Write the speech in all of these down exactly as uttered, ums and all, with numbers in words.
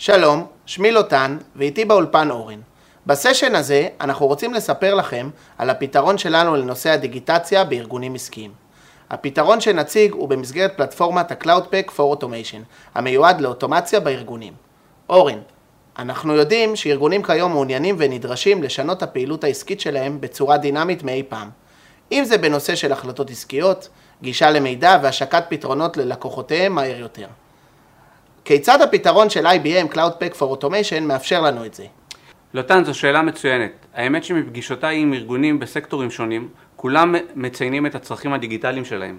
שלום, שמי לוטן ואיתי באולפן אורן. בסשן הזה אנחנו רוצים לספר לכם על הפתרון שלנו לנושא הדיגיטציה בארגונים עסקיים. הפתרון שנציג הוא במסגרת פלטפורמת ה-Cloud Pak for Automation, המיועד לאוטומציה בארגונים. אורן, אנחנו יודעים שארגונים כיום מעוניינים ונדרשים לשנות הפעילות העסקית שלהם בצורה דינמית מאי פעם. אם זה בנושא של החלטות עסקיות, גישה למידע והשקת פתרונות ללקוחותיהם מהר יותר. כיצד הפתרון של איי בי אם Cloud Pak for Automation מאפשר לנו את זה? לוטן, זו שאלה מצוינת. האמת שמפגישותיי עם ארגונים בסקטורים שונים, כולם מציינים את הצרכים הדיגיטליים שלהם.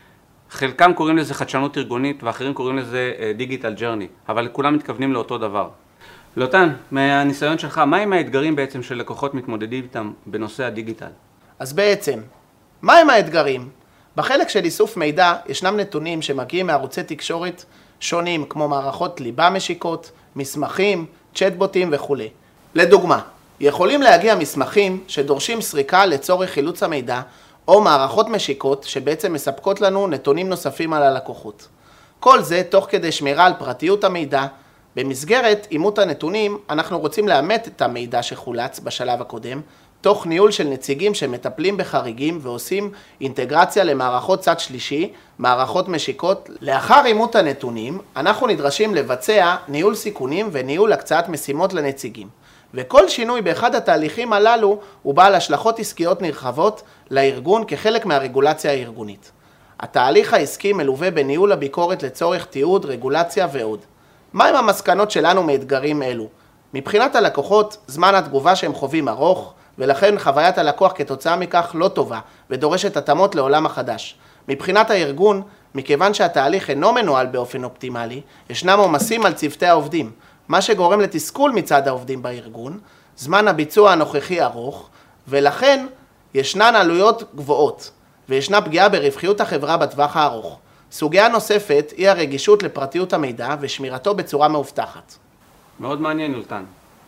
חלקם קוראים לזה חדשנות ארגונית ואחרים קוראים לזה דיגיטל ג'רני, אבל כולם מתכוונים לאותו דבר. לוטן, מהניסיון שלך, מהם האתגרים בעצם של לקוחות מתמודדים איתם בנושא הדיגיטל? אז בעצם, מהם האתגרים? בחלק של איסוף מידע ישנם נתונים שמגיעים מערוצי תקשורת שונים כמו מערכות ליבה משיקות, מסמכים, צ'טבוטים וכו'. לדוגמה, יכולים להגיע מסמכים שדורשים סריקה לצורך חילוץ המידע או מערכות משיקות שבעצם מספקות לנו נתונים נוספים על הלקוחות. כל זה תוך כדי שמירה על פרטיות המידע. במסגרת אימות הנתונים אנחנו רוצים לאמת את המידע שחולץ בשלב הקודם, תוך ניהול של נציגים שמטפלים בחריגים ועושים אינטגרציה למערכות צד שלישי, מערכות משיקות. לאחר אימות הנתונים אנחנו נדרשים לבצע ניהול סיכונים וניהול הקצאת משימות לנציגים. וכל שינוי באחד התהליכים הללו הוא בעל השלכות עסקיות נרחבות לארגון כחלק מהרגולציה הארגונית. התהליך העסקי מלווה בניהול הביקורת לצורך תיעוד, רגולציה ועוד. מהם המסקנות שלנו מאתגרים אלו? מבחינת הלקוחות, זמן התגובה שהם חווים ארוך, ולכן חוויית הלקוח כתוצאה מכך לא טובה ודורשת התאמות לעולם החדש. מבחינת הארגון, מכיוון שהתהליך אינו מנוהל באופן אופטימלי, ישנם עומסים על צוותי העובדים, מה שגורם לתסכול מצד העובדים בארגון, זמן הביצוע הנוכחי ארוך, ולכן ישנן עלויות גבוהות, וישנה פגיעה ברווחיות החברה בטווח הארוך. סוגיה נוספת היא הרגישות לפרטיות המידע ושמירתו בצורה מאובטחת. מאוד מעניין, לוטן.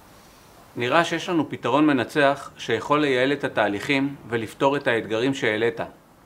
נראה שיש לנו פתרון מנצח שיכול לייעל את התהליכים ולפתור את האתגרים שהעלית.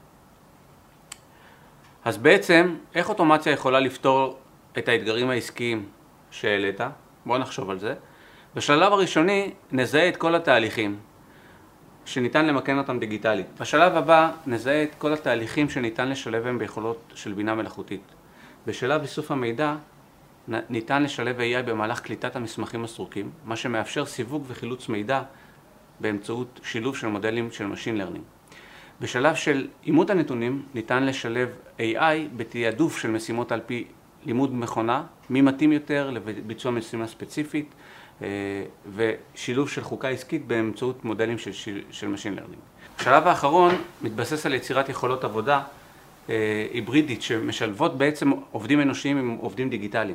אז בעצם, איך אוטומציה יכולה לפתור את האתגרים העסקיים שהעלית? בואו נחשוב על זה. בשלב הראשוני נזהה את כל התהליכים שניתן למקן אותם דיגיטלית. בשלב הבא נזהה את כל התהליכים שניתן לשלב הם ביכולות של בינה מלאכותית. בשלב איסוף המידע ניתן לשלב איי איי במהלך קליטת המסמכים הסרוקים, מה שמאפשר סיווג וחילוץ מידע באמצעות שילוב של מודלים של Machine Learning. בשלב של אימות הנתונים ניתן לשלב איי איי בתיעדוף של משימות על פי לימוד מכונה, מי מתאים יותר לביצוע משימה ספציפית, ושילוב של חוקה עסקית באמצעות מודלים של, של Machine Learning. השלב האחרון מתבסס על יצירת יכולות עבודה היברידית שמשלבות בעצם עובדים אנושיים עם עובדים דיגיטליים.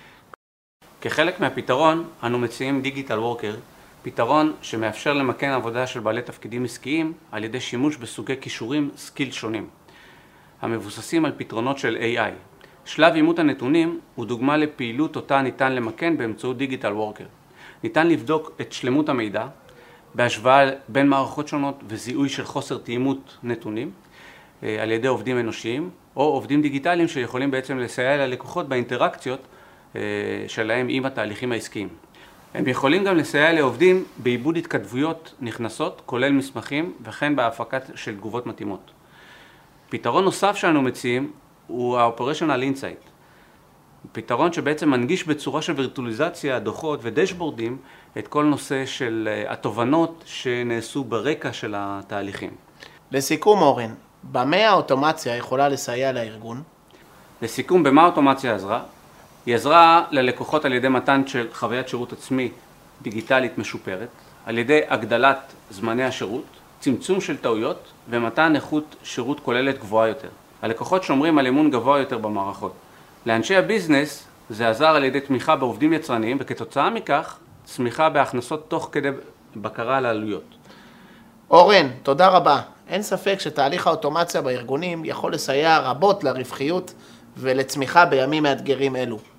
כחלק מהפתרון אנו מציעים דיגיטל וורקר, פתרון שמאפשר למקן עבודה של בעלי תפקידים עסקיים על ידי שימוש בסוגי כישורים סקיל שונים, המבוססים על פתרונות של איי איי. שלב אימות הנתונים הוא דוגמה לפעילות אותה ניתן למקן באמצעות דיגיטל וורקר. ניתן לבדוק את שלמות המידע בהשוואה בין מערכות שונות וזיהוי של חוסר תאימות נתונים על ידי עובדים אנושיים או עובדים דיגיטליים שיכולים בעצם לסייע ללקוחות באינטראקציות שלהם עם התהליכים העסקיים. הם יכולים גם לסייע לעובדים בעיבוד התכתבויות נכנסות, כולל מסמכים וכן בהפקת של תגובות מתאימות. פתרון נוסף שאנו מציעים הוא ה-Operational Insight. פתרון שבעצם מנגיש בצורה של וירטואליזציה, דוחות ודשבורדים את כל נושא של התובנות שנעשו ברקע של התהליכים. לסיכום אורן, במה האוטומציה יכולה לסייע לארגון? לסיכום, במה האוטומציה עזרה? היא עזרה ללקוחות על ידי מתן של חוויית שירות עצמי דיגיטלית משופרת, על ידי הגדלת זמני השירות, צמצום של טעויות ומתן איכות שירות כוללת גבוהה יותר. הלקוחות שומרים על אמון גבוה יותר במערכות. לאנשי הביזנס זה עזר על ידי תמיכה בעובדים יצרניים וכתוצאה מכך צמיחה בהכנסות תוך כדי בקרה על העלויות. אורן, תודה רבה. אין ספק שתהליך האוטומציה בארגונים יכול לסייע רבות לרווחיות ולצמיחה בימים מאתגרים אלו.